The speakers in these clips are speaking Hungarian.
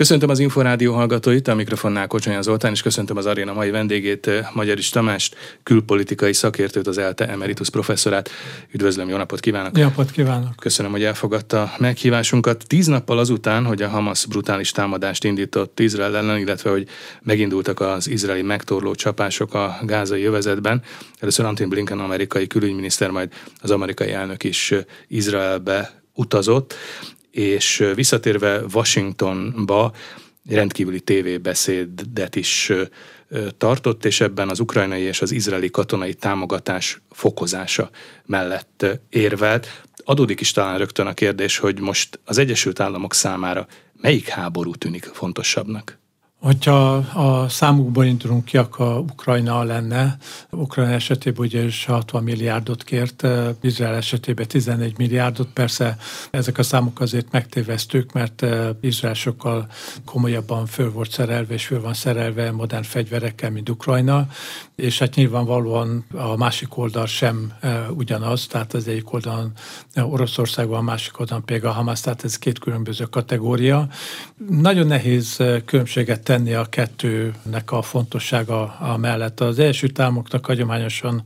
Köszöntöm az Inforádió hallgatóit, a mikrofonnál Kocsonya Zoltán, és köszöntöm az aréna mai vendégét, Magyarics Tamást, külpolitikai szakértőt, az ELTE emeritus professzorát. Üdvözlöm, jó napot kívánok! Jó napot kívánok! Köszönöm, hogy elfogadta meghívásunkat. 10 nappal azután, hogy a Hamas brutális támadást indított Izrael ellen, illetve hogy megindultak az izraeli megtorló csapások a gázai övezetben. Először Antony Blinken amerikai külügyminiszter, majd az amerikai elnök is Izraelbe utazott, és visszatérve Washingtonba rendkívüli tévébeszédet is tartott, és ebben az ukrajnai és az izraeli katonai támogatás fokozása mellett érvelt. Adódik is talán rögtön a kérdés, hogy most az Egyesült Államok számára melyik háború tűnik fontosabbnak? Hogyha a számukból indulunk ki, akkor Ukrajna lenne. Ukrajna esetében ugye is 60 milliárdot kért, Izrael esetében 14 milliárdot. Persze ezek a számok azért megtévesztők, mert Izrael sokkal komolyabban föl volt szerelve, és föl van szerelve modern fegyverekkel, mint Ukrajna. És hát nyilvánvalóan a másik oldal sem ugyanaz, tehát az egyik oldalon Oroszország van, a másik oldalon például a Hamas, tehát ez két különböző kategória. Nagyon nehéz különbséget tenni a kettőnek a fontossága mellett. Az Egyesült Államoknak hagyományosan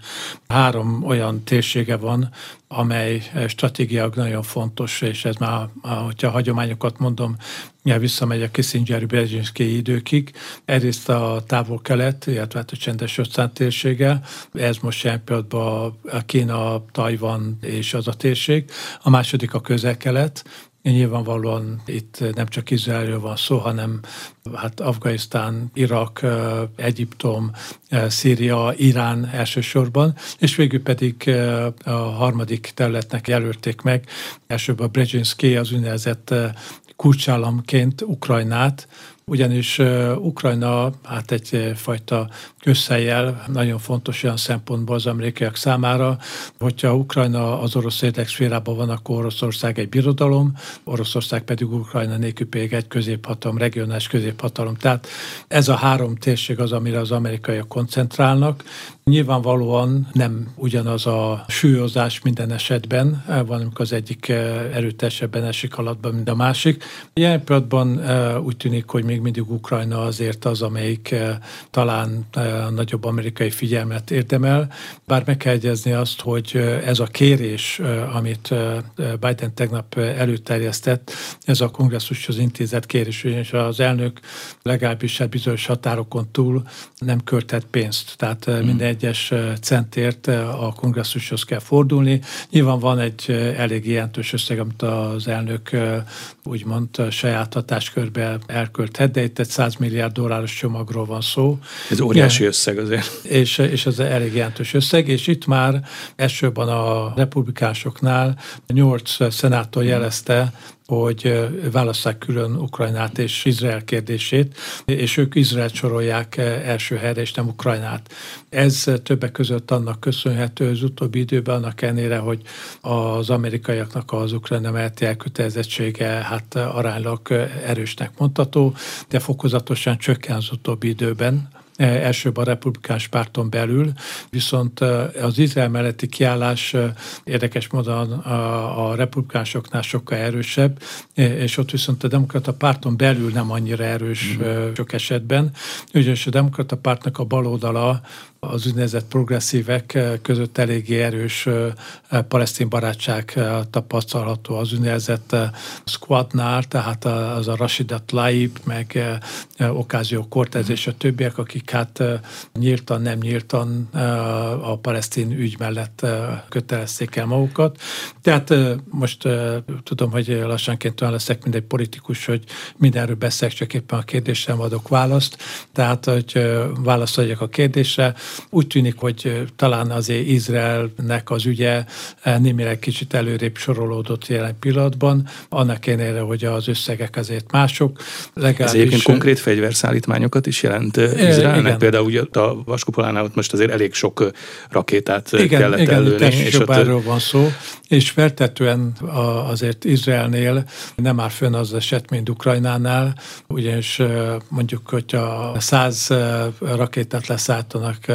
3 olyan térsége van, amely stratégiailag nagyon fontos, és ez már, hogyha a hagyományokat mondom, visszamegy a Kissinger-Brzezinski időkig. Egyrészt a Távol-Kelet, illetve a Csendes-óceán térsége, ez most jelen pillanatban Kína, Tajvan és az a térség. A második a Közel-Kelet. Nyilvánvalóan itt nem csak Izraelről van szó, hanem hát Afganisztán, Irak, Egyiptom, Szíria, Irán elsősorban, és végül pedig a harmadik területnek jelölték meg, elsőbb Brzezinski az úgynevezett kulcsállamként Ukrajnát, ugyanis Ukrajna hát egyfajta közhellyel nagyon fontos olyan szempontból az amerikaiak számára, hogyha Ukrajna az orosz érdekszférában van, akkor Oroszország egy birodalom, Oroszország pedig Ukrajna nélkül pedig egy középhatalom, regionális középhatalom. Tehát ez a 3 térség az, amire az amerikaiak koncentrálnak. Nyilvánvalóan nem ugyanaz a súlyozás minden esetben, van, amikor az egyik erőteljesebben esik alatban, mint a másik. Ilyen pillanatban úgy tűnik, hogy még mindig Ukrajna azért az, amelyik talán nagyobb amerikai figyelmet érdemel, bár meg kell egyezni azt, hogy ez a kérés, amit Biden tegnap előterjesztett, ez a kongresszushoz intézett kérés, ugyanis az elnök legalábbis bizonyos határokon túl nem költett pénzt, tehát minden egyes centért a kongresszushoz kell fordulni. Nyilván van egy elég jelentős összeg, amit az elnök úgymond saját hatáskörbe elkölthet, de itt egy $100 milliárd csomagról van szó. Ez óriási összeg azért. És az elég jelentős összeg, és itt már elsősorban a republikánusoknál 8 szenátor jelezte, hogy válasszák külön Ukrajnát és Izrael kérdését, és ők Izraelt sorolják első helyre, és nem Ukrajnát. Ez többek között annak köszönhető az utóbbi időben, annak ellenére, hogy az amerikaiaknak az Ukrajna melletti elkötelezettsége hát aránylag erősnek mondható, de fokozatosan csökken az utóbbi időben. Elsőbb a republikánus párton belül, viszont az Izrael melletti kiállás érdekes módon a republikánusoknál sokkal erősebb, és ott viszont a demokrata párton belül nem annyira erős sok esetben, ugyanis a demokrata pártnak a baloldala az úgynevezett progresszívek között eléggé erős palesztin barátság tapasztalható az úgynevezett squadnál, tehát az a Rashida Tlaib, meg Ocasio-Cortez és a többiek, akik hát nyíltan, nem nyíltan a palesztin ügy mellett kötelezték el magukat. Tehát most tudom, hogy lassanként olyan leszek, mint egy politikus, hogy mindenről beszélek, csak éppen a kérdésre adok választ. Tehát, hogy választ adjak a kérdésre, úgy tűnik, hogy talán azért Izraelnek az ügye némileg kicsit előrébb sorolódott jelen pillanatban, annak ellenére, hogy az összegek azért mások. Ez egyébként konkrét fegyverszállítmányokat is jelent Izraelnek? Igen. Például ugye a Vaskupolánál ott most azért elég sok rakétát kellett ellőni. És erről van szó, és feltetően azért Izraelnél nem áll fönn az eset, mint Ukrajnánál, ugyanis mondjuk, hogyha 100 rakétát leszálltanak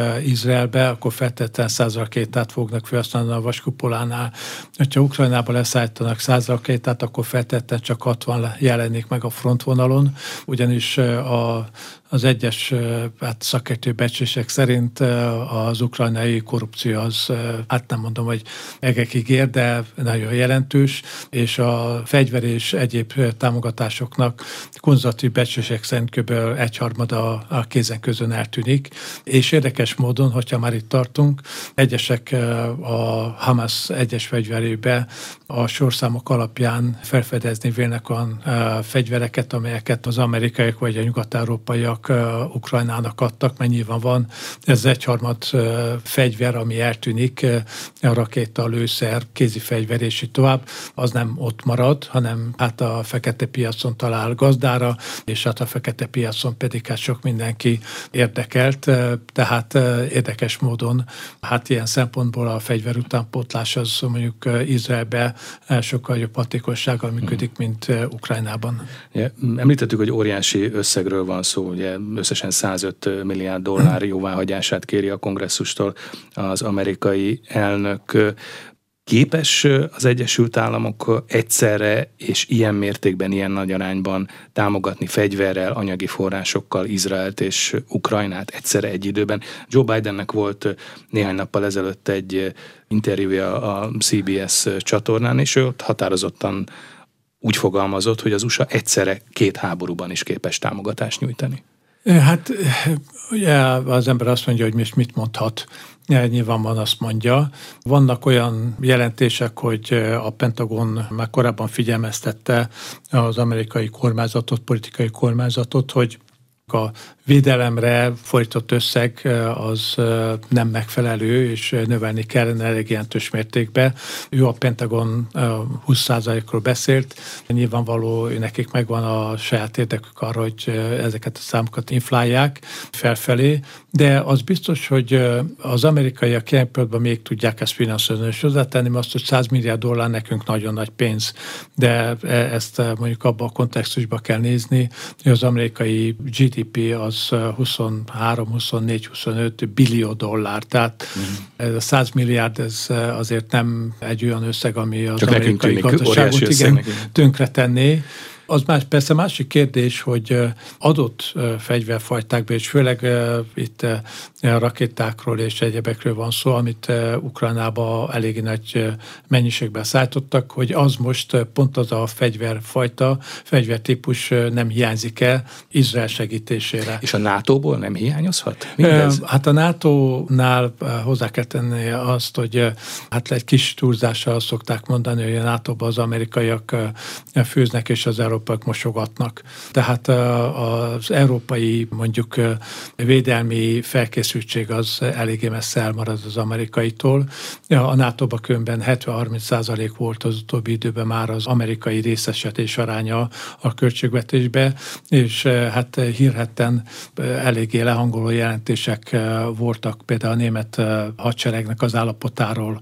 Izraelbe, akkor feltétlenül 100 rakétát fognak felhasználni a Vaskupolánál. Ha Ukrajnába leszállítanak 100 rakétát, akkor feltétlenül csak 60 jelenik meg a frontvonalon, ugyanis az egyes szakértő becslések szerint az ukrajnai korrupció az, nem mondom, hogy egekig ér, de nagyon jelentős, és a fegyver és egyéb támogatásoknak konzervatív becslések szerint kb. 1/3 a kézen közön eltűnik, és érdekes módon, hogyha már itt tartunk, egyesek a Hamas egyes fegyverébe a sorszámok alapján felfedezni vélnek olyan fegyvereket, amelyeket az amerikaiak vagy a nyugat-európaiak Ukrajnának adtak, mert nyilván van ez 1/3 fegyver, ami eltűnik, a rakéta, lőszer, kézi fegyver és így tovább, az nem ott marad, hanem a fekete piacon talál gazdára, és a fekete piacon pedig sok mindenki érdekelt, tehát érdekes módon ilyen szempontból a fegyver utánpótlás az mondjuk Izraelbe sokkal jobb hatékonysággal működik, mint Ukrajnában. Említettük, hogy óriási összegről van szó, ugye összesen 105 milliárd dollár jóváhagyását kéri a kongresszustól az amerikai elnök. Képes az Egyesült Államok egyszerre és ilyen mértékben, ilyen nagy arányban támogatni fegyverrel, anyagi forrásokkal Izraelt és Ukrajnát egyszerre egy időben? Joe Bidennek volt néhány nappal ezelőtt egy interjúja a CBS csatornán, és ő ott határozottan úgy fogalmazott, hogy az USA egyszerre 2 háborúban is képes támogatást nyújtani. Ugye az ember azt mondja, hogy most mit mondhat. Nyilvánvalóan azt mondja. Vannak olyan jelentések, hogy a Pentagon már korábban figyelmeztette az amerikai kormányzatot, politikai kormányzatot, hogy a védelemre fordított összeg az nem megfelelő, és növelni kellene elég jelentős mértékben. Ő a Pentagon 20%-ról beszélt. Nyilvánvaló, nekik megvan a saját érdekük arra, hogy ezeket a számokat inflálják felfelé, de az biztos, hogy az amerikaiak ilyen pillanatban még tudják ezt finanszírozni, és hozzátenni azt, hogy 100 milliárd dollár nekünk nagyon nagy pénz, de ezt mondjuk abban a kontextusban kell nézni, hogy az amerikai GDP az 23-24-25 billió dollár, tehát ez a 100 milliárd, ez azért nem egy olyan összeg, ami az csak amerikai gazdaságot tönkretenné. Az persze másik kérdés, hogy adott fegyverfajtákban, és főleg itt rakétákról és egyebekről van szó, amit Ukrajnába eléggé nagy mennyiségben szállítottak, hogy az most pont az a fegyverfajta, fegyvertípus nem hiányzik-e Izrael segítésére. És a NATO-ból nem hiányozhat mindez? A NATO-nál hozzá kell tenni azt, hogy egy kis túlzással szokták mondani, hogy a NATO-ban az amerikaiak főznek, és az európaiak mosogatnak. Tehát az európai mondjuk védelmi felkészültség az eléggé messze elmarad az amerikaitól. A NATO-ban különben 70-30% volt az utóbbi időben már az amerikai részesedés aránya a költségvetésbe, és hírhetten eléggé lehangoló jelentések voltak például a német hadseregnek az állapotáról,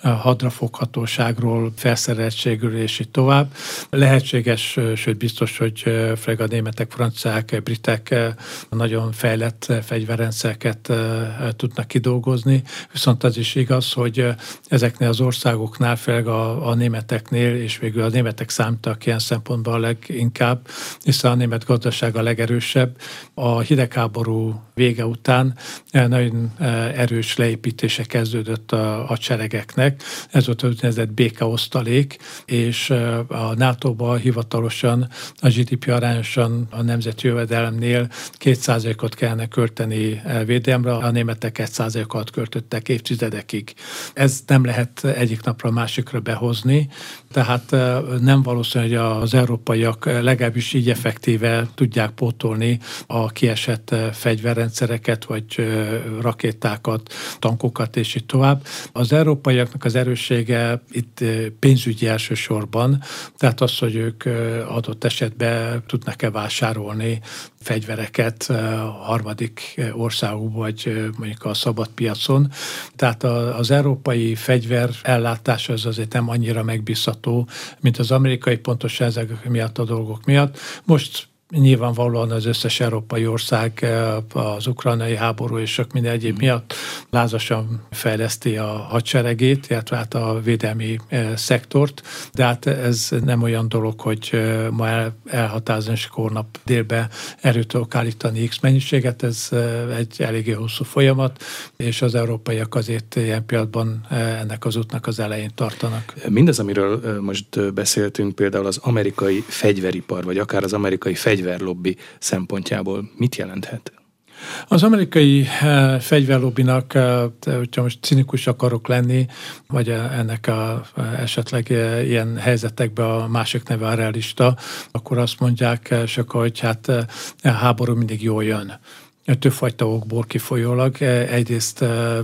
hadrafoghatóságról, felszereltségről és így tovább. Lehetséges, sőt biztos, hogy főleg a németek, franciák, britek nagyon fejlett fegyverrendszereket tudnak kidolgozni, viszont az is igaz, hogy ezeknél az országoknál, főleg a németeknél, és végül a németek számítanak ilyen szempontból a leginkább, hiszen a német gazdaság a legerősebb. A hidegháború vége után nagyon erős leépítése kezdődött a hadseregeknek. Ez volt az úgynevezett békeosztalék, és a NATO-ban hivatalosan a GDP arányosan a nemzeti jövedelemnél 2%-ot kellene költeni védelemre, a németek 1%-ot költöttek évtizedekig. Ez nem lehet egyik napra a másikra behozni, tehát nem valószínű, hogy az európaiak legalábbis így effektíve tudják pótolni a kiesett fegyverrendszereket, vagy rakétákat, tankokat és így tovább. Az európaiaknak az erőssége itt pénzügyi elsősorban, tehát az, hogy ők adott esetben tudnak-e vásárolni fegyvereket harmadik országú, vagy mondjuk a szabad piacon. Tehát az európai fegyver ellátás az azért nem annyira megbízható, mint az amerikai, pontosan ezek miatt a dolgok miatt. Most nyilvánvalóan az összes európai ország az ukrajnai háború és sok minden egyéb miatt lázasan fejleszti a hadseregét, illetve hát a védelmi szektort, de hát ez nem olyan dolog, hogy ma elhatározni, és holnap délbe erőt tudok állítani X mennyiséget, ez egy eléggé hosszú folyamat, és az európaiak azért ilyen pillanatban ennek az útnak az elején tartanak. Mindaz, amiről most beszéltünk, például az amerikai fegyveripar, vagy akár az amerikai fegyverlobbi szempontjából mit jelenthet? Az amerikai fegyverlobbinak, hogyha most cinikus akarok lenni, vagy ennek esetleg ilyen helyzetekben a másik neve a realista, akkor azt mondják sokan, hogy hát a háború mindig jól jön. Többfajta okból kifolyólag. Egyrészt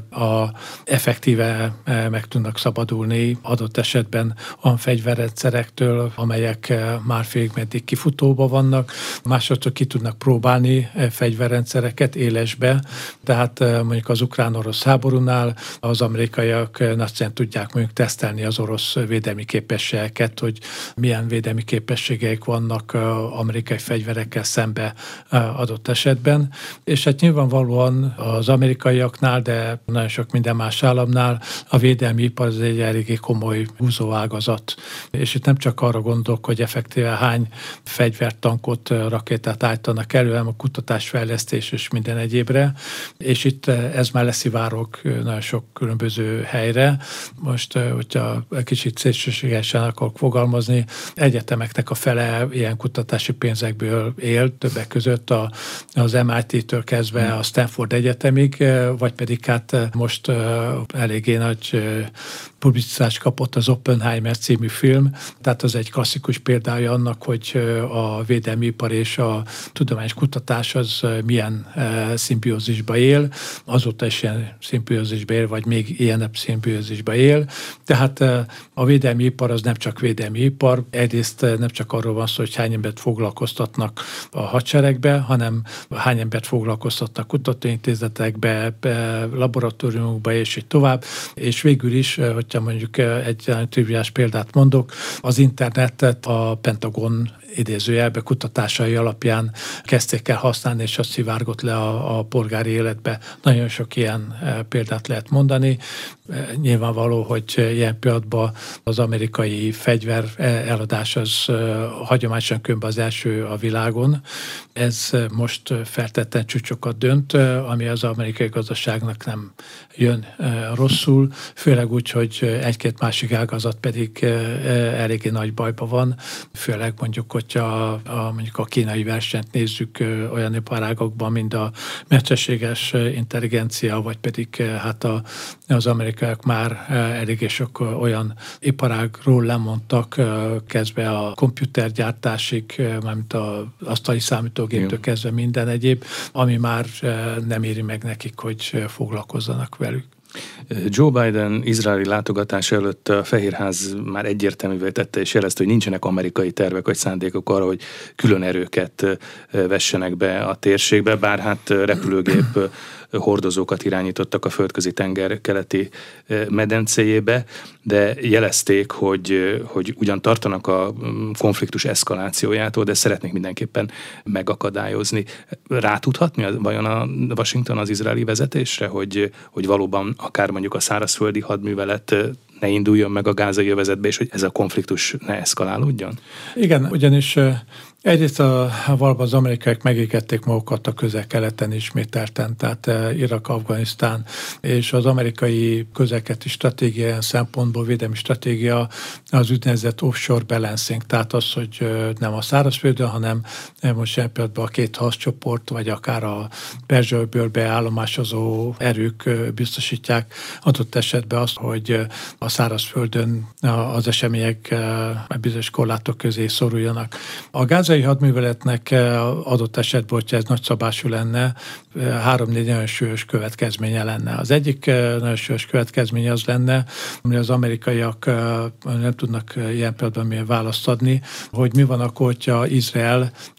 effektíve meg tudnak szabadulni adott esetben olyan fegyverrendszerektől, amelyek már félig meddig kifutóba vannak. Másodszor ki tudnak próbálni fegyverrendszereket élesbe, tehát mondjuk az ukrán-orosz háborúnál az amerikaiak nagyszerűen tudják mondjuk tesztelni az orosz védelmi képességeket, hogy milyen védelmi képességeik vannak amerikai fegyverekkel szembe adott esetben. És hát nyilvánvalóan az amerikaiaknál, de nagyon sok minden más államnál a védelmi ipar az egy eléggé komoly húzóágazat. És itt nem csak arra gondolok, hogy effektíve hány fegyvertankot, rakétát állítanak elő, hanem a kutatásfejlesztés és minden egyébre. És itt ez már leszivárog nagyon sok különböző helyre. Most, hogyha kicsit szélsőségesen akarok fogalmazni, egyetemeknek a fele ilyen kutatási pénzekből él, többek között az MIT-től kezdve a Stanford Egyetemig, vagy pedig hát most eléggé nagy publicitást kapott az Oppenheimer című film, tehát az egy klasszikus példája annak, hogy a védelmi ipar és a tudományos kutatás az milyen szimbiózisba él, azóta is ilyen szimbiózisba él, vagy még ilyenebb szimbiózisba él. Tehát a védelmi ipar az nem csak védelmi ipar, egyrészt nem csak arról van szó, hogy hány embert foglalkoztatnak a hadseregbe, hanem hány embert foglalkoztatnak kutatóintézetekbe, laboratóriumokba és így tovább, és végül is, hogyha mondjuk egy triviális példát mondok, az internetet a Pentagon idézőjelbe kutatásai alapján kezdték el használni, és azt szivárgott le a polgári életbe. Nagyon sok ilyen példát lehet mondani. Nyilvánvaló, hogy ilyen pillanatban az amerikai fegyver eladás az hagyományosan különben az első a világon. Ez most feltetten csúcsokat dönt, ami az amerikai gazdaságnak nem jön rosszul, főleg úgy, hogy egy-két másik ágazat pedig eléggé nagy bajban van, főleg mondjuk, hogyha mondjuk a kínai versenyt nézzük olyan iparágokban, mint a mesterséges intelligencia, vagy pedig hát az amerikaiak már eléggé sok olyan iparágról lemondtak, kezdve a komputergyártásig, mármint az asztali számítógéptől kezdve minden egyéb, ami már nem éri meg nekik, hogy foglalkozzanak velük. Joe Biden izraeli látogatása előtt a Fehérház már egyértelművé tette és jelezte, hogy nincsenek amerikai tervek vagy szándékok arra, hogy külön erőket vessenek be a térségbe, bár hát repülőgép hordozókat irányítottak a Földközi tenger keleti medencéjébe, de jelezték, hogy ugyan tartanak a konfliktus eszkalációjától, de szeretnék mindenképpen megakadályozni. Rá tudhatni vajon a Washington az izraeli vezetésre, hogy valóban akár mondjuk a szárazföldi hadművelet ne induljon meg a gázai övezetbe, és hogy ez a konfliktus ne eszkalálódjon? Igen, ugyanis egyrészt valóban az amerikaiak megégették magukat a közel-keleten ismételten, tehát Irak, Afganisztán, és az amerikai közel-keleti stratégia szempontból védelmi stratégia az úgynevezett offshore balancing, tehát az, hogy nem a szárazföldön, hanem most ilyen pillanatban a két harccsoport, vagy akár a Perzsa-öbölbe állomásozó erők biztosítják adott esetben azt, hogy a szárazföldön az események bizonyos korlátok közé szoruljanak. A gázai hadműveletnek adott esetben, hogyha ez nagyszabású lenne, 3-4 nagyon súlyos következménye lenne. Az egyik nagyon súlyos következménye az lenne, hogy az amerikaiak nem tudnak ilyen pillanatban választ adni, hogy mi van akkor, hogyha Izrael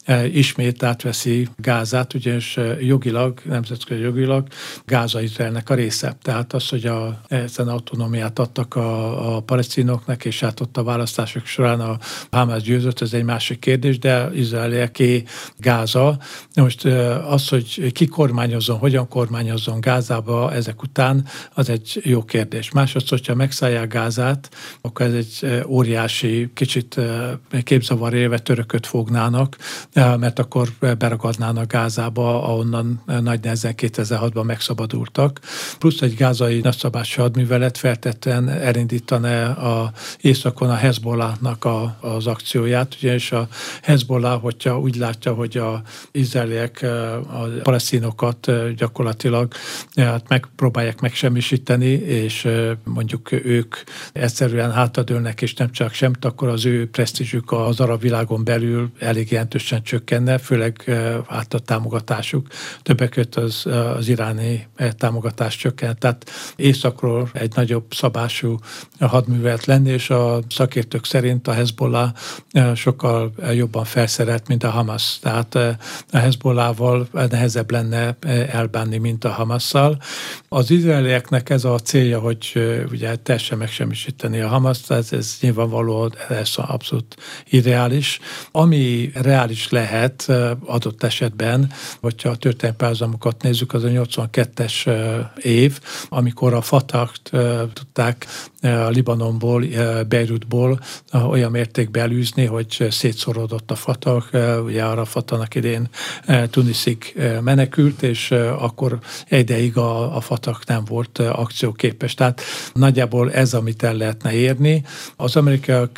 ismét átveszi Gázát, ugyanis jogilag, nemzetközi jogilag Gáza Izraelnek a része. Tehát az, hogy ezen autonómiát adtak a palesztinoknak, és hát ott a választások során a Hamas győzött, ez egy másik kérdés, de izraelieké Gáza. Most az, hogy ki kormányozzon, hogyan kormányozzon Gázába ezek után, az egy jó kérdés. Másodszor, hogyha megszállják Gázát, akkor ez egy óriási, kicsit képzavar élve törököt fognának, mert akkor beragadnának Gázába, ahonnan nagy nehezen 2006-ban megszabadultak. Plusz egy gázai nagyszabású hadművelet feltétlenül elindítaná északon a Hezbollahnak az akcióját, ugyanis a Hezbollah, hogyha úgy látja, hogy az izraeliek a palesztinokat gyakorlatilag megpróbálják megsemmisíteni, és mondjuk ők egyszerűen hátradőlnek, és nem csak semmit, akkor az ő presztízsük az arab világon belül elég jelentősen csökkenne, főleg a támogatásuk. Többek között az iráni támogatás csökkent. Tehát északról egy nagyobb szabású hadművelet lenni, és a szakértők szerint a Hezbollah sokkal jobban felszerelt, mint a Hamas. Tehát a Hezbollahval nehezebb lenne elbánni, mint a Hamasszal. Az izraelieknek ez a célja, hogy ugye teljesen megsemmisíteni a Hamaszt, ez nyilvánvalóan ez abszolút irreális. Ami reális lehet adott esetben, hogyha a történelmi párhuzamokat nézzük, az a 82-es év, amikor a Fatah-t tudták a Libanonból, Beirutból olyan mértékben elűzni, hogy szétszorodott a Fatah, ugye arra Fatahnak idén Tunisig menekült, és akkor egy ideig a Fatah nem volt akcióképes. Tehát nagyjából ez, amit el lehetne érni. Az amerikaiak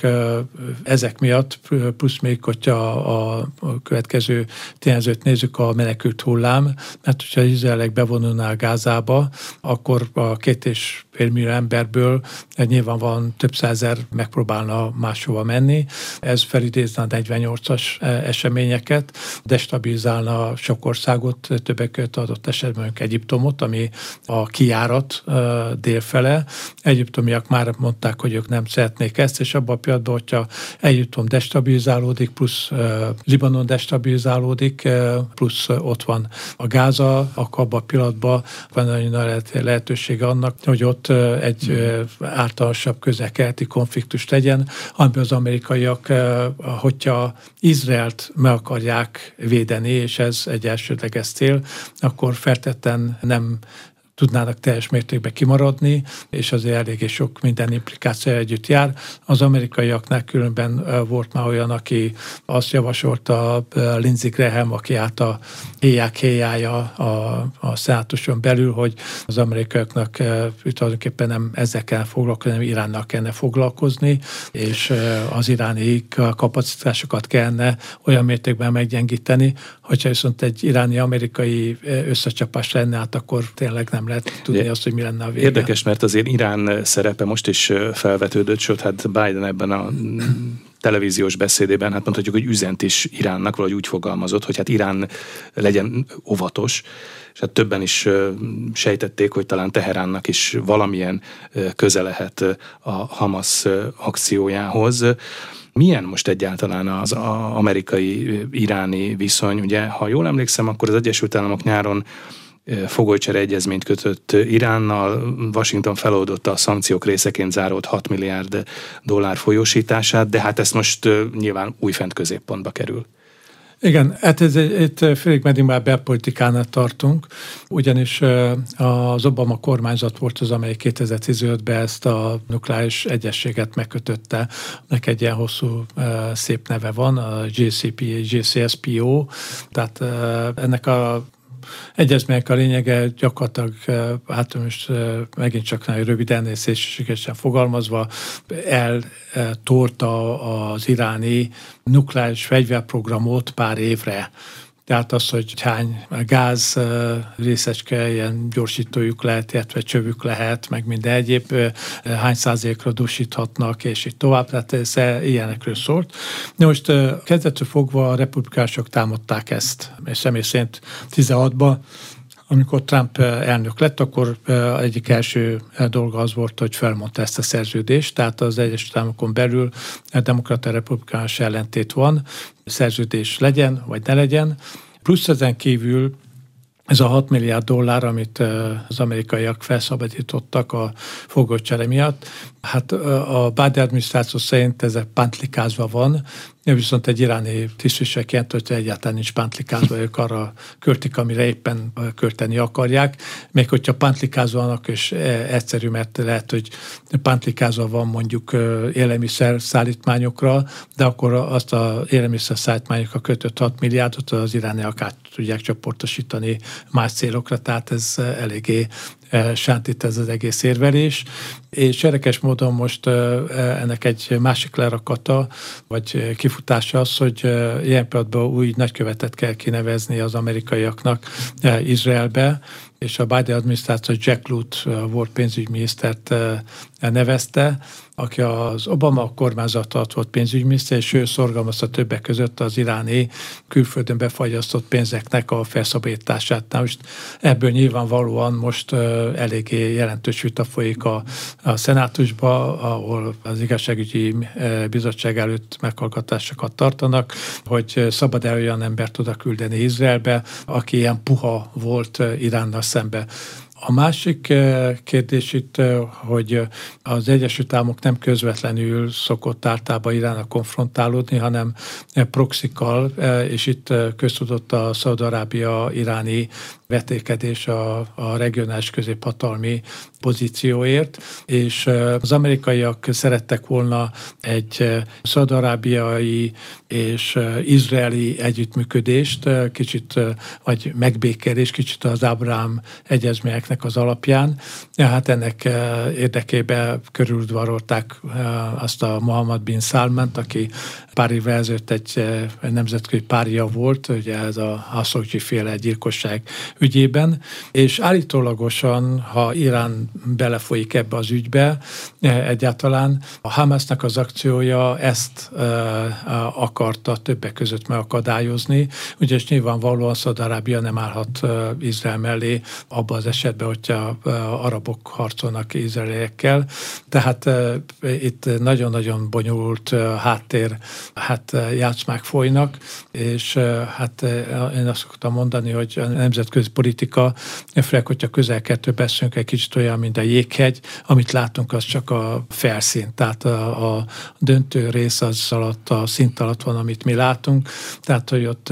ezek miatt, plusz még, hogyha a következő tényezőt nézzük, a menekült hullám, mert hogyha az izraelek bevonulnál Gázába, akkor a 2,5 millió emberből nyilván van több százezer megpróbálna máshova menni. Ez felidézne a 48-as eseményeket, destabilizálna sok országot, többek között adott esetben Egyiptomot, ami a kijárat délfele. Egyiptomiak már mondták, hogy ők nem szeretnék ezt, és abban a pillanatban, hogyha Egyiptom destabilizálódik, plusz Libanon destabilizálódik, plusz ott van a Gáza, akkor abban a pillanatban van nagyon lehetősége annak, hogy ott egy általánosabb közel-keleti konfliktus legyen, amiben az amerikaiak, hogyha Izraelt meg akarják védeni, és ez egy elsődleges cél, akkor feltétlenül nem tudnának teljes mértékben kimaradni, és azért eléggé sok minden implikáció együtt jár. Az amerikaiaknál különben volt már olyan, aki azt javasolta, Lindsey Graham, aki állt a héjája a szenátuson belül, hogy az amerikaiaknak tulajdonképpen nem ezzel kellene foglalkozni, hanem Iránnal kellene foglalkozni, és az iráni kapacitásokat kellene olyan mértékben meggyengíteni, hogyha viszont egy iráni-amerikai összecsapás lenne, hát akkor tényleg nem lehet tudni azt, hogy mi lenne a vége. Érdekes, mert azért Irán szerepe most is felvetődött, sőt, hát Biden ebben a televíziós beszédében, hát mondhatjuk, hogy üzent is Iránnak, valahogy úgy fogalmazott, hogy hát Irán legyen óvatos, és hát többen is sejtették, hogy talán Teheránnak is valamilyen köze lehet a Hamas akciójához. Milyen most egyáltalán az amerikai-iráni viszony? Ugye, ha jól emlékszem, akkor az Egyesült Államok nyáron fogolycsere egyezményt kötött Iránnal, Washington feloldotta a szankciók részeként zárolt $6 milliárd folyósítását, de hát ezt most nyilván újfent középpontba kerül. Igen, hát itt félig meddig már belpolitikánál tartunk, ugyanis az Obama kormányzat volt az, amely 2015-ben ezt a nukleáris egyezséget megkötötte. Nek egy ilyen hosszú, szép neve van, a JCPO, tehát ennek a egyezmények a lényege gyakorlatilag, hát most megint csak nagyon röviden és szélsőségesen fogalmazva, eltolta az iráni nukleáris fegyverprogramot pár évre. Tehát az, hogy hány gáz részecske, ilyen gyorsítójuk lehet, illetve csövük lehet, meg minden egyéb, hány százalékra dúsíthatnak, és így tovább, tehát ez ilyenekről szólt. De most kezdettől fogva a republikánusok támadták ezt, és személy szerint 16-ban Amikor Trump elnök lett, akkor egyik első dolga az volt, hogy felmondta ezt a szerződést, tehát az Egyesült Államokon belül demokrata-republikánus ellentét van, szerződés legyen, vagy ne legyen. Plusz ezen kívül ez a $6 milliárd, amit az amerikaiak felszabadítottak a fogolycsere miatt, hát a Biden adminisztráció szerint ez pántlikázva van, viszont egy iráni tisztviselő jelent, hogy egyáltalán nincs pántlikázva, ők arra költik, amire éppen költeni akarják. Még hogyha pántlikázva vannak, és egyszerű, mert lehet, hogy pántlikázva van mondjuk élelmiszer szállítmányokra, de akkor azt az élelmiszer szállítmányokra kötött 6 milliárdot az irániak át tudják csoportosítani más célokra, tehát ez eléggé sántít ez az egész érvelés, és érdekes módon most ennek egy másik lerakata, vagy kifutása az, hogy ilyen pillanatban új nagykövetet kell kinevezni az amerikaiaknak Izraelbe, és a Biden adminisztráció Jack Lew volt pénzügyminisztert nevezte, aki az Obama kormányzat alatt volt pénzügyminiszter, és ő szorgalmazta többek között az iráni külföldön befagyasztott pénzeknek a felszabadítását. Na most ebből nyilvánvalóan most eléggé jelentős vita folyik a szenátusba, ahol az igazságügyi bizottság előtt meghallgatásokat tartanak, hogy szabad-e olyan embert oda küldeni Izraelbe, aki ilyen puha volt Iránnal szembe. A másik kérdés itt, hogy az Egyesült Államok nem közvetlenül szokott általában Iránnal konfrontálódni, hanem proxikkal, és itt köztudott a Szaúd-Arábia iráni vetékedés a regionális középhatalmi pozícióért, és az amerikaiak szerettek volna egy szaúd-arábiai és izraeli együttműködést, kicsit, vagy megbékélés, kicsit az Ábrahám egyezményeknek az alapján. Hát ennek érdekében körüludvarolták azt a Mohammed bin Salmant, aki pár évvel ezelőtt egy nemzetközi párja volt, ugye ez a Khashoggi féle gyilkosság ügyében, és állítólagosan, ha Irán belefolyik ebbe az ügybe, egyáltalán a Hamasnak az akciója ezt akarta többek között megakadályozni, ugyanis nyilvánvalóan Szaúd-Arábia nem állhat Izrael mellé abban az esetben, hogyha arabok harcolnak izraeliekkel. Tehát itt nagyon-nagyon bonyolult háttér játszmák folynak, és én azt szoktam mondani, hogy a nemzetközi politika, főleg, hogyha közel-kettől beszélünk, egy kicsit olyan, mint a jéghegy, amit látunk, az csak a felszín. Tehát a döntő rész az alatt, a szint alatt van, amit mi látunk. Tehát, hogy ott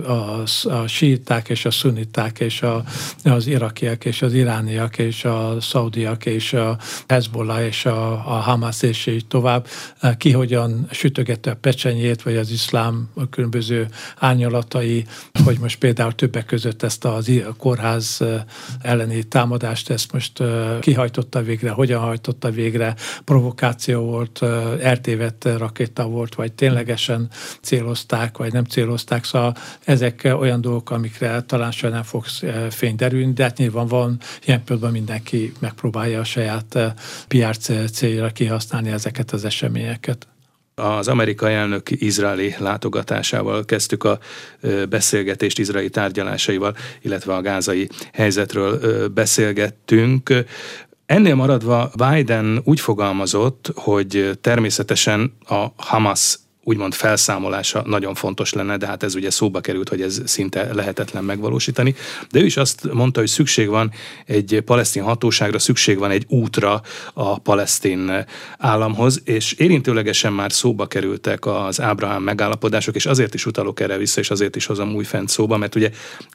a síiták és a szunniták és az irakiak és az irániak és a szaudiak és a Hezbollah és a Hamas és így tovább, ki hogyan sütögette a pecsenyét, vagy az iszlám különböző árnyalatai, hogy most például többek között ezt a kórház elleni támadást, ezt most kihajtotta végre, hogyan hajtotta végre, provokáció volt, eltévedt rakéta volt, vagy ténylegesen célozták, vagy nem célozták, szóval ezek olyan dolgok, amikre talán soha nem fog fény derülni, de hát nyilván van, ilyen pillanatban mindenki megpróbálja a saját PR célra kihasználni ezeket az eseményeket. Az amerikai elnök izraeli látogatásával kezdtük a beszélgetést, izraeli tárgyalásaival, illetve a gázai helyzetről beszélgettünk. Ennél maradva Biden úgy fogalmazott, hogy természetesen a Hamas úgymond felszámolása nagyon fontos lenne, de hát ez ugye szóba került, hogy ez szinte lehetetlen megvalósítani. De ő is azt mondta, hogy szükség van egy palesztin hatóságra, szükség van egy útra a palesztin államhoz, és érintőlegesen már szóba kerültek az Ábrahám megállapodások, és azért is utalok erre vissza, és azért is hozom újfent szóba, mert ugye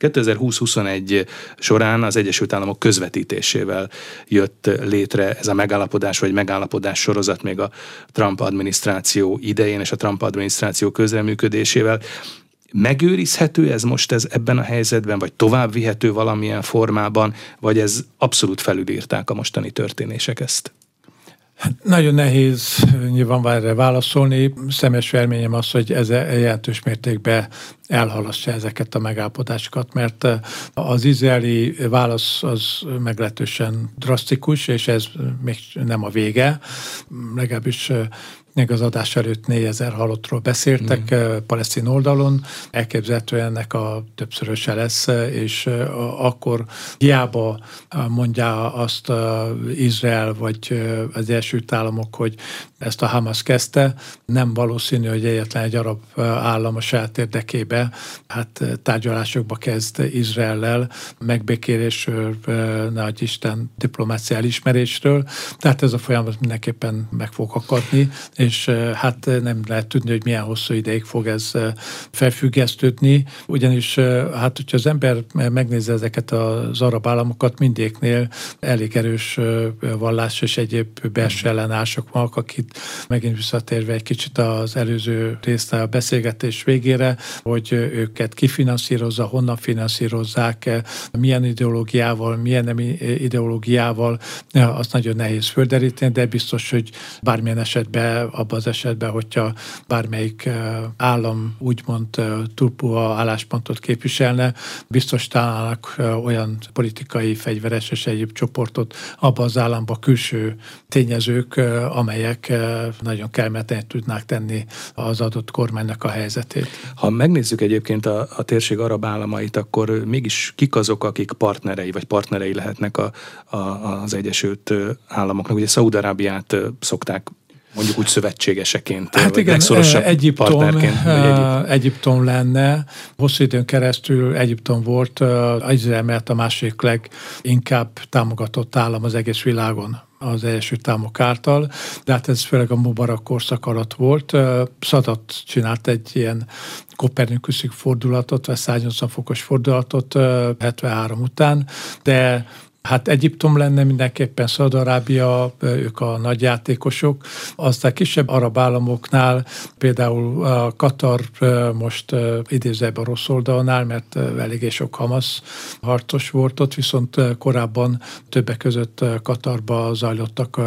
2020-21 során az Egyesült Államok közvetítésével jött létre ez a megállapodás, vagy megállapodás sorozat még a Trump adminisztráció idején, és a Trump adminisztráció közreműködésével. Megőrizhető ez most ebben a helyzetben, vagy tovább vihető valamilyen formában, vagy ez abszolút felülírták a mostani történések ezt? Nagyon nehéz nyilván erre válaszolni. Személyes véleményem az, hogy ez jelentős mértékben elhalasztja ezeket a megállapodásokat, mert az izraeli válasz az meglehetősen drasztikus, és ez még nem a vége. Legalábbis még az adás előtt 4000 halottról beszéltek palesztin oldalon, elképzelhetően ennek a többszöröse lesz, és akkor hiába mondja azt Izrael vagy az Egyesült Államok, hogy ezt a Hamas kezdte, nem valószínű, hogy egyetlen egy arab állam a saját érdekébe tárgyalásokba kezd Izraellel, megbékélésről, nagy Isten diplomácia elismerésről, tehát ez a folyamat mindenképpen meg fog akadni, és nem lehet tudni, hogy milyen hosszú ideig fog ez felfüggesztődni, ugyanis hogyha az ember megnézi ezeket az arab államokat, mindegyiknél elég erős vallás és egyéb belső ellenállások vannak, akit megint visszatérve egy kicsit az előző részt a beszélgetés végére, hogy őket kifinanszírozza, honnan finanszírozzák, milyen ideológiával, milyen nem ideológiával, azt nagyon nehéz földeríteni, de biztos, hogy bármilyen esetben, abban az esetben, hogyha bármelyik állam úgymond túlpuha álláspontot képviselne, biztos találnak olyan politikai, fegyveres és egyéb csoportot abban az államban külső tényezők, amelyek nagyon kellemetlen tudnák tenni az adott kormánynak a helyzetét. Ha megnézzük egyébként a térség arab államait, akkor mégis kik azok, akik partnerei lehetnek az Egyesült Államoknak? Ugye Szaúd-Arábiát szokták mondjuk úgy szövetségeseként, hát igen, Egyiptom lenne. Hosszú időn keresztül Egyiptom volt Izrael mellett a második leginkább támogatott állam az egész világon az Egyesült Államok által, de hát ez főleg a Mubarak korszak alatt volt. Szadat csinált egy ilyen kopernikuszi fordulatot, vagy 180 fokos fordulatot 73 után, de Egyiptom lenne mindenképpen, Szaúd-Arábia, ők a nagy játékosok. Aztán kisebb arab államoknál, például a Katar most idézőjelben a rossz oldalon áll, mert eléggé sok Hamas harcos volt ott, viszont korábban többek között Katarba zajlottak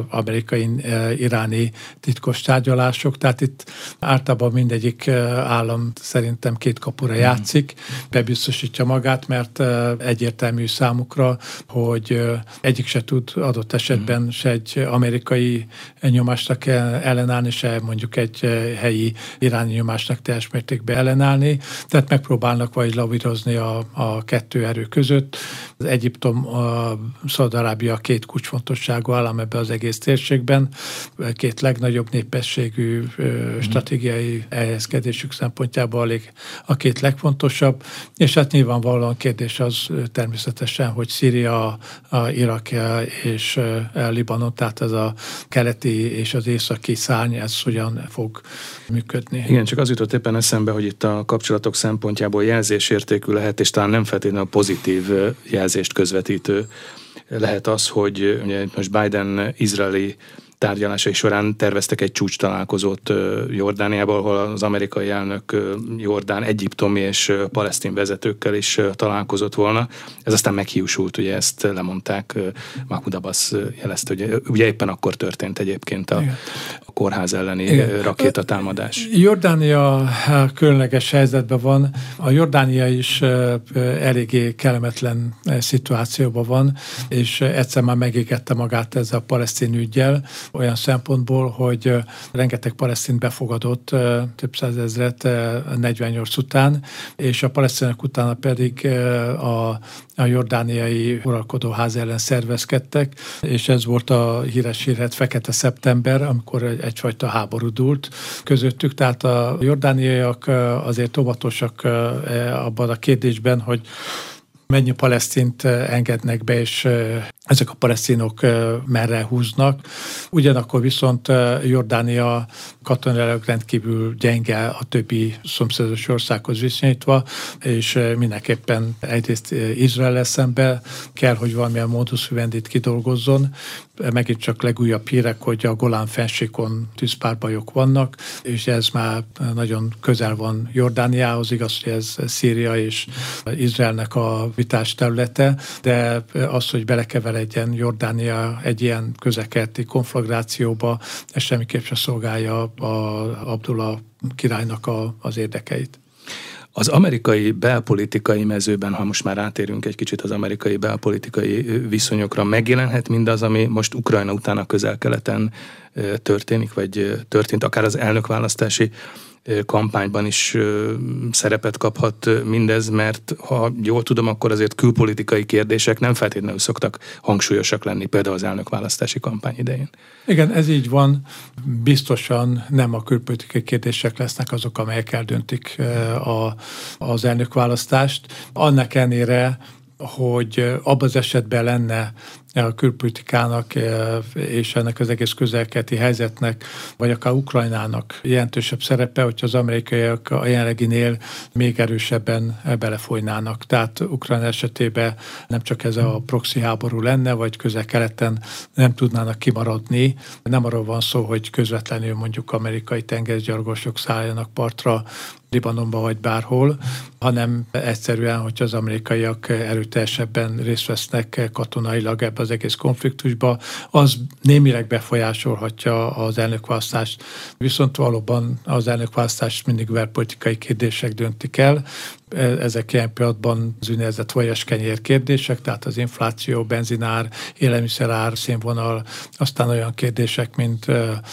amerikai-iráni titkos tárgyalások, tehát itt általában mindegyik állam szerintem két kapura játszik, bebiztosítja magát, mert egyértelmű számukra, hogy egyik se tud adott esetben se egy amerikai nyomásnak ellenállni, se mondjuk egy helyi iráni nyomásnak teljes mértékben ellenállni. Tehát megpróbálnak vagy lavírozni a kettő erő között. Az Egyiptom, Szaúd-Arábia két kulcsfontosságú állam ebben az egész térségben, két legnagyobb népességű stratégiai elhelyezkedésük szempontjából a két legfontosabb, és hát nyilvánvalóan kérdés az természetesen, hogy Szíria, Irak és Libanon, tehát ez a keleti és az északi szárny, ez hogyan fog működni. Igen, csak az jutott éppen eszembe, hogy itt a kapcsolatok szempontjából jelzésértékű lehet, és talán nem feltétlenül a pozitív jelzést közvetítő lehet az, hogy ugye most Biden izraeli tárgyalásai során terveztek egy csúcs találkozót Jordániában, ahol az amerikai elnök jordán, egyiptomi és palesztin vezetőkkel is találkozott volna. Ez aztán meghiúsult, ugye ezt lemondták. Mahmoud Abbas jelezte, hogy ugye éppen akkor történt egyébként a kórház elleni rakétatámadás. Jordánia különleges helyzetben van. A Jordánia is eléggé kellemetlen szituációban van, és egyszer már megégette magát ezzel a palesztin üggyel, olyan szempontból, hogy rengeteg palesztin befogadott, több százezret 48 után, és a palesztinek utána pedig a jordániai uralkodóház ellen szervezkedtek, és ez volt a híres hírhet Fekete Szeptember, amikor egyfajta háború dúlt közöttük, tehát a jordániaiak azért óvatosak abban a kérdésben, hogy mennyi palesztint engednek be, és ezek a palesztinok merre húznak. Ugyanakkor viszont Jordánia katonailag rendkívül gyenge a többi szomszédos országhoz viszonyítva, és mindenképpen egyrészt Izrael szembe kell, hogy valamilyen modus vivendit kidolgozzon. Megint csak legújabb hírek, hogy a Golán fennsíkon tűzpárbajok vannak, és ez már nagyon közel van Jordániához, igaz, hogy ez Szíria és Izraelnek a vitás területe, de az, hogy belekeveredjen Jordánia egy ilyen közel-keleti konflagrációba, ez semmiképp sem szolgálja Abdullah királynak az érdekeit. Az amerikai belpolitikai mezőben, ha most már rátérünk egy kicsit az amerikai belpolitikai viszonyokra, megjelenhet mindaz, ami most Ukrajna után a Közel-Keleten történik, vagy történt, akár az elnökválasztási kampányban is szerepet kaphat mindez, mert ha jól tudom, akkor azért külpolitikai kérdések nem feltétlenül szoktak hangsúlyosak lenni, például az elnökválasztási kampány idején. Igen, ez így van. Biztosan nem a külpolitikai kérdések lesznek azok, amelyek eldöntik az elnökválasztást. Annak ellenére, hogy abban az esetben lenne a külpolitikának és ennek az egész közel-keleti helyzetnek, vagy akár Ukrajnának jelentősebb szerepe, hogyha az amerikaiak a jelenleginél még erősebben belefolynának. Tehát Ukrajna esetében nem csak ez a proxy háború lenne, vagy közel-keleten nem tudnának kimaradni. Nem arról van szó, hogy közvetlenül mondjuk amerikai tengergyargosok szálljanak partra, Libanonba vagy bárhol, hanem egyszerűen, hogyha az amerikaiak erőteljesebben részt vesznek katonailag ebbe az egész konfliktusba, az némileg befolyásolhatja az elnökválasztást. Viszont valóban az elnökválasztást mindig belpolitikai kérdések döntik el. Ezek ilyen pillanatban az úgynevezett vajaskenyér kérdések, tehát az infláció, benzinár, élelmiszerár, színvonal, aztán olyan kérdések, mint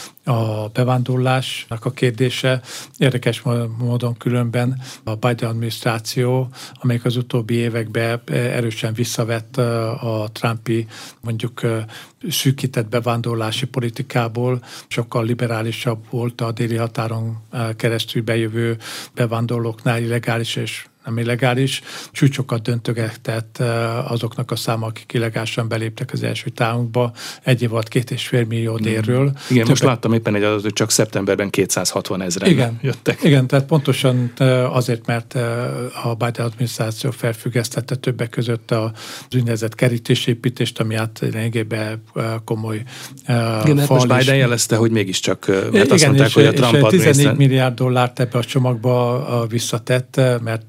a bevándorlásnak a kérdése. Érdekes módon különben a Biden adminisztráció, amelyik az utóbbi években erősen visszavett a Trumpi mondjuk szűkített bevándorlási politikából, sokkal liberálisabb volt a déli határon keresztül bejövő bevándorlóknál, illegális és nem illegális, csúcsokat döntögetett azoknak a száma, akik illegálisan beléptek az első távunkba. Egy év alatt 2,5 millió délről. Igen, most láttam éppen egy adatot, hogy csak szeptemberben 260 000 jöttek. Igen, tehát pontosan azért, mert a Biden adminisztráció felfüggesztette többek között az úgynevezett kerítésépítést, ami át lényegében komoly igen, hát most Biden jelezte, hogy mégiscsak, mert azt mondták, hogy a Trump adminisztráció... 14 milliárd dollárt ebbe a csomagba visszatett, mert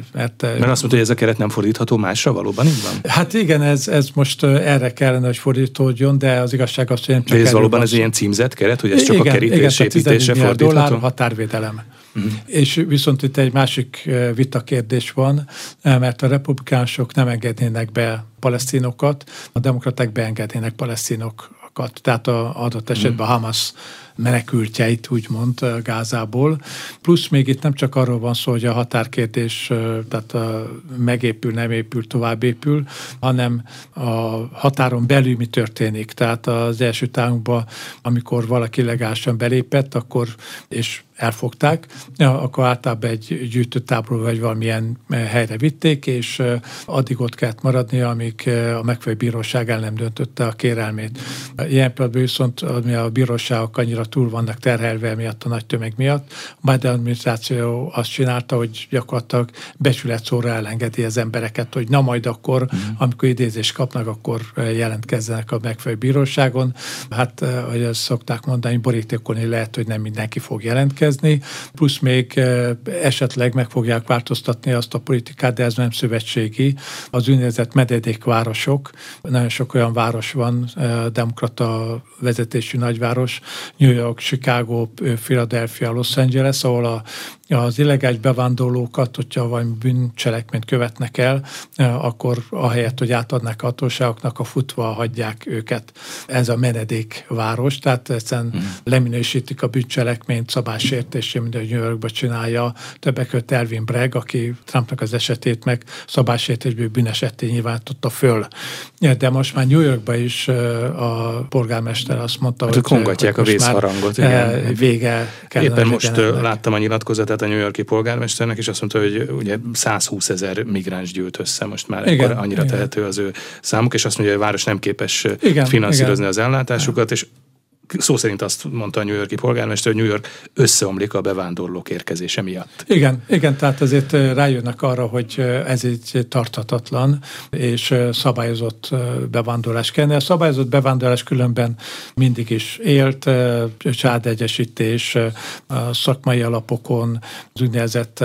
azt mondta, hogy ez a keret nem fordítható másra, valóban így van? Hát igen, ez most erre kellene, hogy fordítódjon, de az igazság az, hogy nem csak ez valóban ez ilyen címzett keret, hogy ez csak a kerítésépítésre fordítható? $14 határvédelem. És viszont itt egy másik vitakérdés van, mert a republikánusok nem engednének be palesztinokat, a demokraták beengednének palesztinokat, tehát adott esetben a Hamas menekültjeit, úgymond Gázából. Plusz még itt nem csak arról van szó, hogy a határkérdés tehát megépül, nem épül, tovább épül, hanem a határon belül mi történik. Tehát az első távunkban, amikor valaki illegálisan belépett, akkor és elfogták, akkor általában egy gyűjtőtáborba vagy valamilyen helyre vitték, és addig ott kellett maradni, amíg a megfelelő bíróság el nem döntötte a kérelmét. Ilyen pillanatban viszont a bíróságok annyira túl vannak terhelve miatt, a nagy tömeg miatt. A Biden adminisztráció azt csinálta, hogy gyakorlatilag becsületszóra elengedi az embereket, hogy na majd akkor, amikor idézést kapnak, akkor jelentkezzenek a megfelelő bíróságon. Hát, ahogy azt szokták mondani, borítékolni lehet, hogy nem mindenki fog jelentkezni, plusz még esetleg meg fogják változtatni azt a politikát, de ez nem szövetségi. Az úgynevezett mededékvárosok, nagyon sok olyan város van, demokrata vezetésű nagyváros, New York, Chicago, Philadelphia, Los Angeles, ahol az illegális bevándorlókat, hogyha valami bűncselekményt követnek el, akkor ahelyett, hogy átadnák a hatóságoknak, a futva hagyják őket. Ez a menedékváros, tehát egyszerűen leminősítik a bűncselekményt szabálysértésé, mint ahogy New Yorkban csinálja. Többek között Alvin Bragg, aki Trumpnak az esetét meg szabálysértésből bűnesetté nyilvánította föl. De most már New Yorkban is a polgármester azt mondta, hogy kongatják a vészharangot. Vége kellene. Éppen most láttam a nyilatkozatát a New York-i polgármesternek, és azt mondta, hogy ugye 120 000 migráns gyűlt össze most már, igen, akkor annyira tehető az ő számuk, és azt mondja, hogy a város nem képes finanszírozni az ellátásukat, és szó szerint azt mondta a New York-i polgármester, hogy New York összeomlik a bevándorlók érkezése miatt. Igen, tehát azért rájönnek arra, hogy ez egy tarthatatlan és szabályozott bevándorlás kellene. A szabályozott bevándorlás különben mindig is élt, családegyesítés, szakmai alapokon, az úgynevezett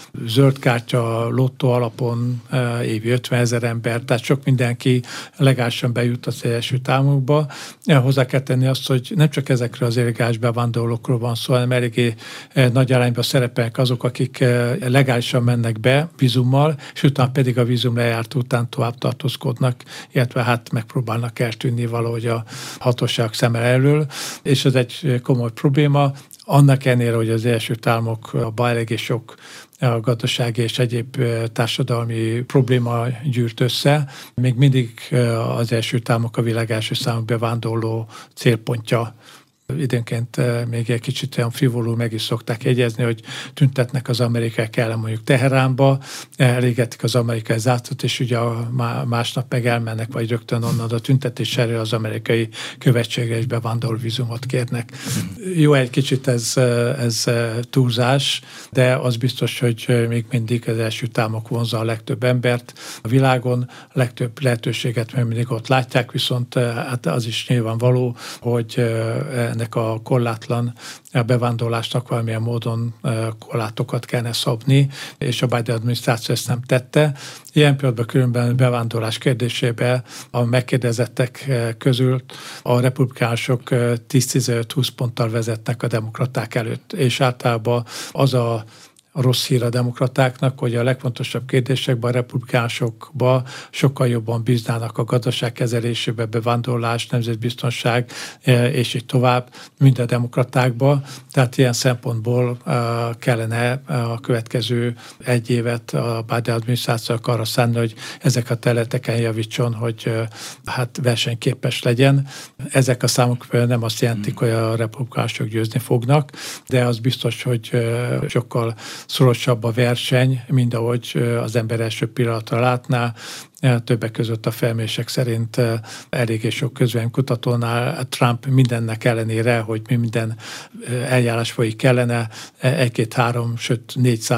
zöldkártya, lottó alapon évi 50 000 ember, tehát sok mindenki legálisan bejut az Egyesült Államokba. Hozzá kell tenni azt, hogy nem csak ezekről az illegális bevándorlókról van szó, hanem eléggé nagy arányban szerepelnek azok, akik legálisan mennek be vízummal, és utána pedig a vízum lejárt után tovább tartózkodnak, illetve hát megpróbálnak eltűnni valahogy a hatóság szeme elől, és ez egy komoly probléma. Annak ellenére, hogy az Egyesült Államokban eléggé sok a gazdasági és egyéb társadalmi probléma gyűrt össze, még mindig az Egyesült Államok a világ első számú bevándorló célpontja. Időnként még egy kicsit olyan frivolul meg is szokták jegyezni, hogy tüntetnek az amerikaiak ellen mondjuk Teheránba, elégetik az amerikai zászlót, és ugye másnap meg elmennek, vagy rögtön onnan a tüntetés elől az amerikai követségre és bevándorló vízumot kérnek. Jó, egy kicsit ez túlzás, de az biztos, hogy még mindig az Egyesült Államok vonzza a legtöbb embert a világon, a legtöbb lehetőséget még mindig ott látják, viszont hát az is nyilvánvaló, hogy ennek a korlátlan bevándorlásnak valamilyen módon korlátokat kellene szabni, és a Biden adminisztráció ezt nem tette. Ilyen pillanatban különben a bevándorlás kérdésében a megkérdezettek közül a republikánusok 10-15-20 ponttal vezetnek a demokraták előtt, és általában az a rossz hír a demokratáknak, hogy a legfontosabb kérdésekben a republikánusokban sokkal jobban bíznának a gazdaság kezelésébe, bevándorlás, nemzetbiztonság, és így tovább, mint a demokratákba. Tehát ilyen szempontból kellene a következő egy évet a Biden adminisztrációnak arra szánni, hogy ezek a területeken javítson, hogy hát versenyképes legyen. Ezek a számok nem azt jelentik, hogy a republikánusok győzni fognak, de az biztos, hogy sokkal szorosabb a verseny, mint ahogy az ember első pillanatra látná. Többek között a felmérések szerint eléggé sok közvéleménykutatónál Trump mindennek ellenére, hogy minden eljárás folyik kellene, 1-2-3, sőt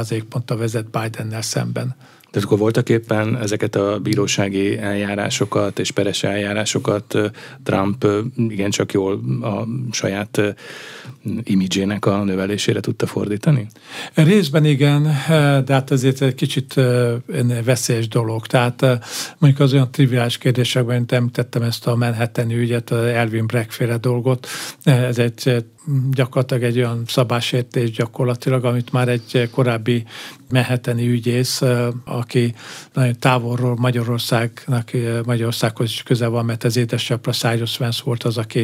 4% vezet Bidennel szemben. Tehát akkor voltak éppen ezeket a bírósági eljárásokat és peres eljárásokat Trump igencsak jól a saját imidzsének a növelésére tudta fordítani? Részben igen, de hát azért egy kicsit veszélyes dolog. Tehát mondjuk az olyan triviális kérdésekben, mint említettem ezt a Manhattani ügyet, az Alvin Bragg-féle dolgot, ez egy gyakorlatilag egy olyan szabálysértés gyakorlatilag, amit már egy korábbi manhattani ügyész, aki nagyon távolról Magyarországhoz is közel van, mert az édesapja Cyrus Vance volt az, aki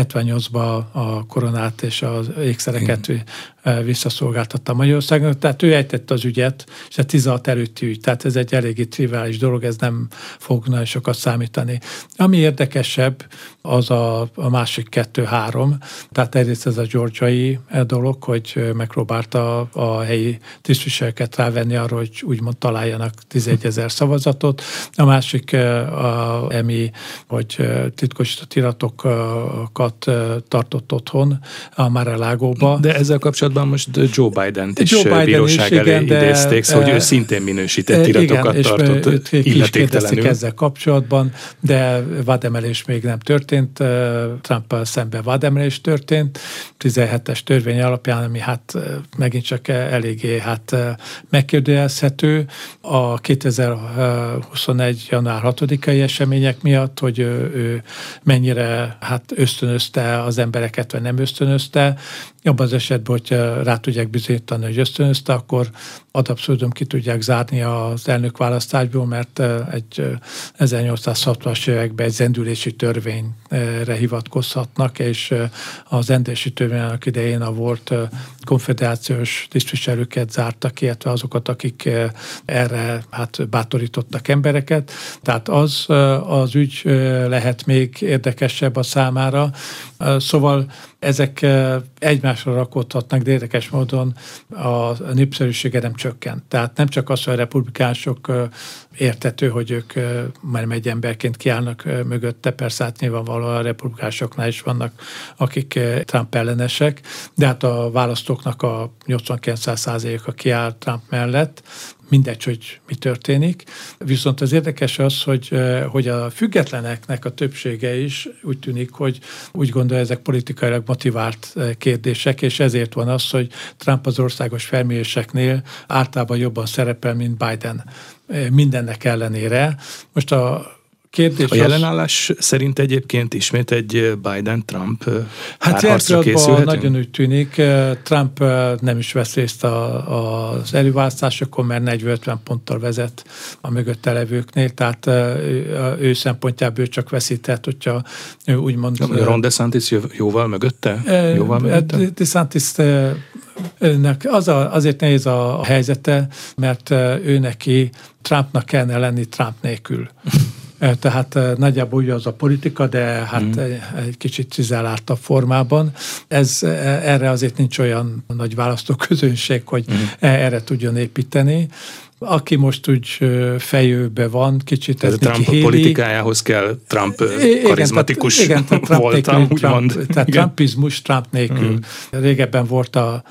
78-ban a koronát és az ékszereket visszaszolgáltatta Magyarországon. Tehát ő ejtette az ügyet, és a 16 előtti ügy. Tehát ez egy eléggé triviális dolog, ez nem fog nagyon sokat számítani. Ami érdekesebb, az a másik 2-3. Tehát egyrészt ez a georgiai dolog, hogy megpróbálta a helyi tisztviselőket rávenni arra, hogy úgymond találjanak 11 000 szavazatot. A másik emi, hogy titkosított iratokat tartott otthon a Mar-a-Lagóba. De ezzel kapcsolatban most Joe Bident is bíróság elé idézték, szóval hogy ő szintén minősített iratokat tartott illetéktelenül. Ezzel kapcsolatban, de vádemelés még nem történt. Trump-al szemben vádemelés történt. 17-es törvény alapján, ami hát megint csak eléggé megkérdőjelezhető. A 2021. január 6-ai események miatt, hogy ő mennyire ösztönözte az embereket, vagy nem ösztönözte. Abban az esetben, hogy rá tudják bizonyítani, hogy ösztönözte, akkor ad abszurdum ki tudják zárni az elnökválasztásból, mert egy 1860-as években egy zendülési törvényre hivatkozhatnak, és az zendülési törvénynek idején a volt konfederációs tisztviselőket zártak, illetve azokat, akik erre bátorítottak embereket. Tehát az ügy lehet még érdekesebb a számára. Szóval ezek egymásra rakódhatnak, de érdekes módon a népszerűsége nem csökkent. Tehát nem csak az, hogy a republikánusok értető, hogy ők már egy emberként kiállnak mögötte, persze hát nyilvánvalóan a republikánusoknál is vannak, akik Trump ellenesek, de hát a választóknak a 89%-a kiáll Trump mellett, mindegy, hogy mi történik. Viszont az érdekes az, hogy a függetleneknek a többsége is úgy tűnik, hogy úgy gondolja, ezek politikailag motivált kérdések, és ezért van az, hogy Trump az országos felméréseknél általában jobban szerepel, mint Biden. Mindennek ellenére. Most a kérdés. A jelenállás szerint egyébként ismét egy Biden-Trump párharcra készülhetünk? Nagyon úgy tűnik. Trump nem is vesz részt az előválasztásokon, mert 40-50 ponttal vezet a mögötte levőknél, tehát ő szempontjából csak veszített, hogyha úgymond... Ron DeSantis jóval mögötte? DeSantis azért nehéz a helyzete, mert ő neki Trumpnak kellene lenni Trump nélkül. Tehát nagyjából úgy az a politika, de hát egy kicsit cizelláltabb formában. Erre azért nincs olyan nagy választóközönség, hogy erre tudjon építeni. Aki most úgy fejőbe van, kicsit... Ez Trump Haley. Politikájához kell Trump karizmatikus voltam, úgymond. Tehát trumpizmus Trump nélkül. Régebben volt a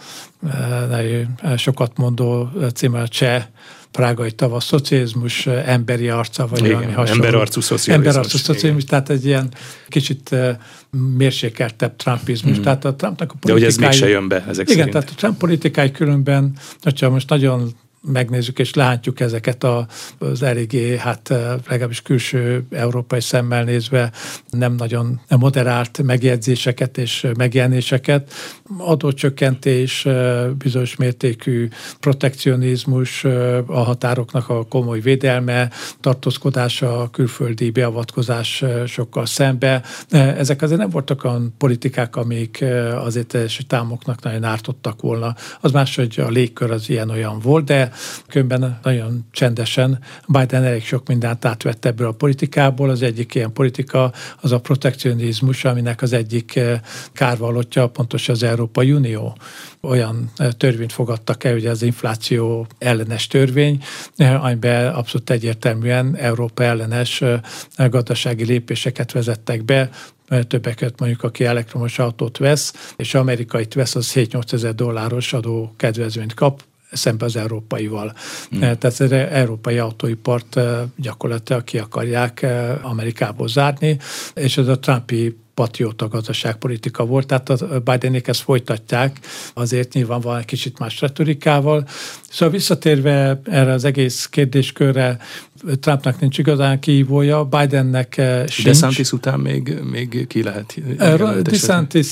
sokat mondó címe a cseh prágai tavasz, szocializmus emberi arca, vagy valami hasonló. Emberarcú szocializmus. Tehát egy ilyen kicsit mérsékeltebb trumpizmus. Tehát a Trumpnak a politikái... De hogy ez mégse jön be ezek szerint. Igen, tehát a Trump politikái különben, hogyha most nagyon megnézzük és látjuk ezeket az eléggé, legalábbis külső európai szemmel nézve nem nagyon moderált megjegyzéseket és megjelenéseket. Adócsökkentés, bizonyos mértékű protekcionizmus, a határoknak a komoly védelme, tartózkodása, a külföldi beavatkozás sokkal szembe. Ezek azért nem voltak olyan politikák, amik azért támoknak nagyon ártottak volna. Az más, hogy a légkör az ilyen-olyan volt, de különben nagyon csendesen Biden elég sok mindent átvett ebből a politikából. Az egyik ilyen politika az a protekcionizmus, aminek az egyik kárvallottja pontosan az Európai Unió. Olyan törvényt fogadtak el, ugye az infláció ellenes törvény, amiben abszolút egyértelműen Európa ellenes gazdasági lépéseket vezettek be, többek között mondjuk, aki elektromos autót vesz, és amerikait vesz, az 7-8 ezer dolláros adó kedvezményt kap, szembe az európaival. Tehát az európai autóipart gyakorlatilag ki akarják Amerikából zárni, és ez a Trumpi patrióta gazdaságpolitika volt, tehát a Bidenék ezt folytatják, azért nyilván van egy kicsit más retorikával. Szóval visszatérve erre az egész kérdéskörre, Trumpnak nincs igazán kihívója, Bidennek sincs. DeSantis után még ki lehet? DeSantis,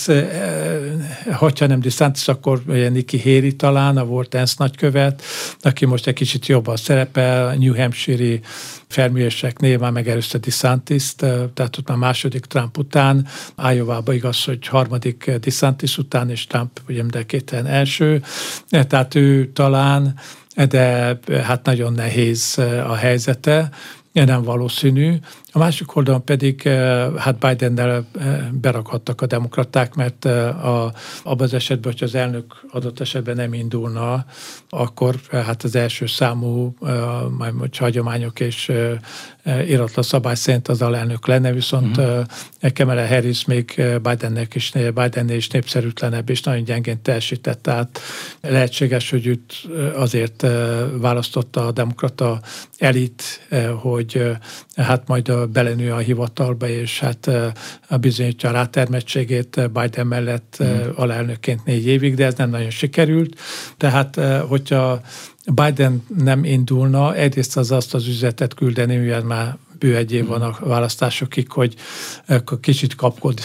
hogyha nem DeSantis, akkor Nikki Haley talán, a volt ENSZ nagykövet, aki most egy kicsit jobban szerepel, New Hampshire-i felméréseknél már megelőzte DeSantis-t, tehát ott már második Trump után, Iowa-ban igaz, hogy harmadik DeSantis után, és Trump ugye mindenképpen első, tehát ő talán, de hát nagyon nehéz a helyzete, nem valószínű. A másik oldalon pedig hát Bidennel berakadtak a demokraták, mert abban az esetben, hogy az elnök adott esetben nem indulna, akkor hát az első számú majd hagyományok és iratlan szabály szerint az alelnök lenne, viszont Kamala Harris még Bidennél is népszerűtlenebb és nagyon gyengén teljesített, tehát lehetséges, hogy őt azért választotta a demokrata elit, hogy hát majd belenő a hivatalba, és hát bizonyítja a rátermettségét Biden mellett alelnökként 4 évig, de ez nem nagyon sikerült. Tehát, hogyha Biden nem indulna, egyrészt azt az üzenetet küldeni, mivel már bő egy év van a választásokig, hogy kicsit kapkod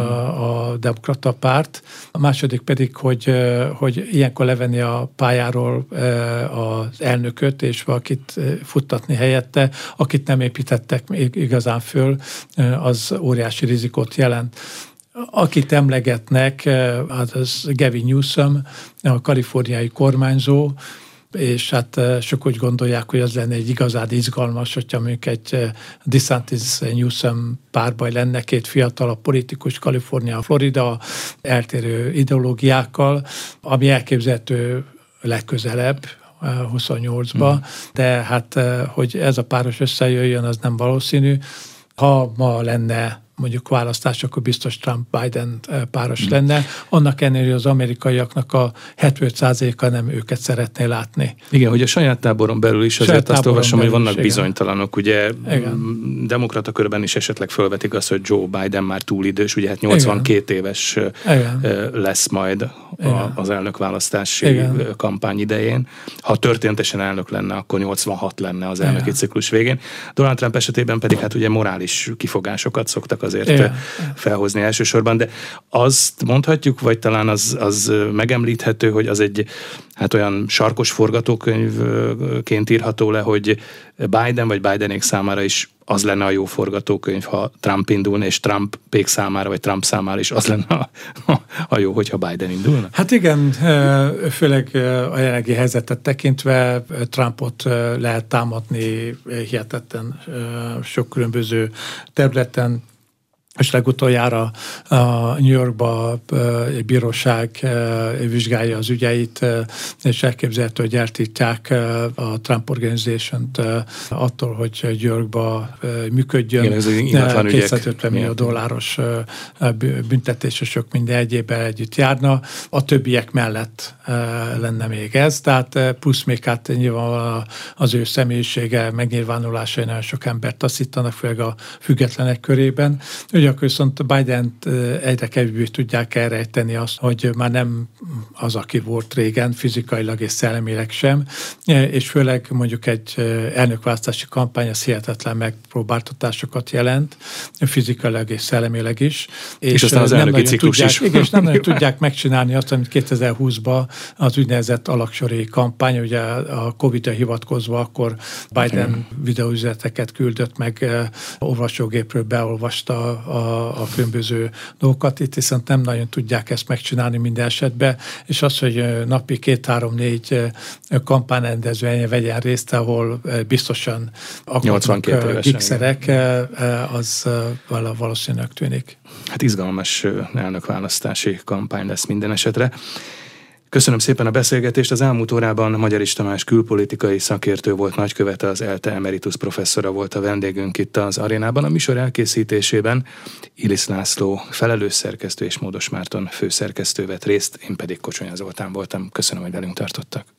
a demokrata párt. A második pedig, hogy ilyenkor levenni a pályáról az elnököt, és valakit futtatni helyette, akit nem építettek igazán föl, az óriási rizikót jelent. Akit emlegetnek, az Gavin Newsom, a kaliforniai kormányzó, és hát sok úgy gondolják, hogy az lenne egy igazán izgalmas, hogyha mondjuk egy DeSantis-Newsom párbaj lenne, 2 fiatalabb politikus, Kalifornia, Florida, eltérő ideológiákkal, ami elképzelhető legközelebb, 28-ba, de hát, hogy ez a páros összejöjjön, az nem valószínű. Ha ma lenne mondjuk választás, akkor biztos Trump-Biden páros lenne. Annak ellenére az amerikaiaknak a 75%-a nem őket szeretné látni. Igen, hogy a saját táboron belül is azért azt olvasom, hogy vannak bizonytalanok. Ugye demokrata körben is esetleg fölvetik azt, hogy Joe Biden már túl idős, ugye hát 82 éves lesz majd az elnökválasztási kampány idején. Ha történetesen elnök lenne, akkor 86 lenne az elnöki ciklus végén. Donald Trump esetében pedig hát ugye morális kifogásokat szoktak azért felhozni elsősorban, de azt mondhatjuk, vagy talán az megemlíthető, hogy az egy hát olyan sarkos forgatókönyvként írható le, hogy Biden vagy Bidenék számára is az lenne a jó forgatókönyv, ha Trump indulna, és Trumpék számára, vagy Trump számára is az lenne a jó, hogyha Biden indulna? Hát igen, főleg a jelenlegi helyzetet tekintve Trumpot lehet támadni hihetetlen sok különböző területen, és legutoljára a New Yorkba egy bíróság vizsgálja az ügyeit, és elképzelhető, hogy eltiltják a Trump Organization-t attól, hogy New Yorkba működjön. Igen, ez ingatlan ügyek. $250 millió büntetés, és sok minden egyébben együtt járna. A többiek mellett lenne még ez, tehát plusz még hát nyilván az ő személyisége megnyilvánulásai nagyon sok embert taszítanak, főleg a függetlenek körében. Ugyanakkor viszont Bident egyre kevésbé tudják elrejteni azt, hogy már nem az, aki volt régen, fizikailag és szellemileg sem, és főleg mondjuk egy elnökválasztási kampány az hihetetlen megpróbáltatásokat jelent, fizikailag és szellemileg is. És aztán az elnöki ciklus is. Igen, és nem nagyon tudják megcsinálni azt, amit 2020-ban az úgynevezett alaksori kampány, ugye a Covid-ra hivatkozva, akkor Biden videóüzeneteket küldött meg, olvasógépről beolvasta a különböző dolgokat, itt viszont nem nagyon tudják ezt megcsinálni minden esetben, és az, hogy napi 2-3-4 kampányrendezvényen vegyen részt, ahol biztosan akarnak gigszerek, az valószínűleg tűnik. Hát izgalmas elnökválasztási kampány lesz minden esetre. Köszönöm szépen a beszélgetést. Az elmúlt órában Magyarics Tamás külpolitikai szakértő volt, nagykövete, az ELTE emeritus professzora volt a vendégünk itt az arénában. A műsor elkészítésében Illis László felelős szerkesztő és Módos Márton főszerkesztő vett részt, én pedig Kocsonya Zoltán voltam. Köszönöm, hogy velünk tartottak.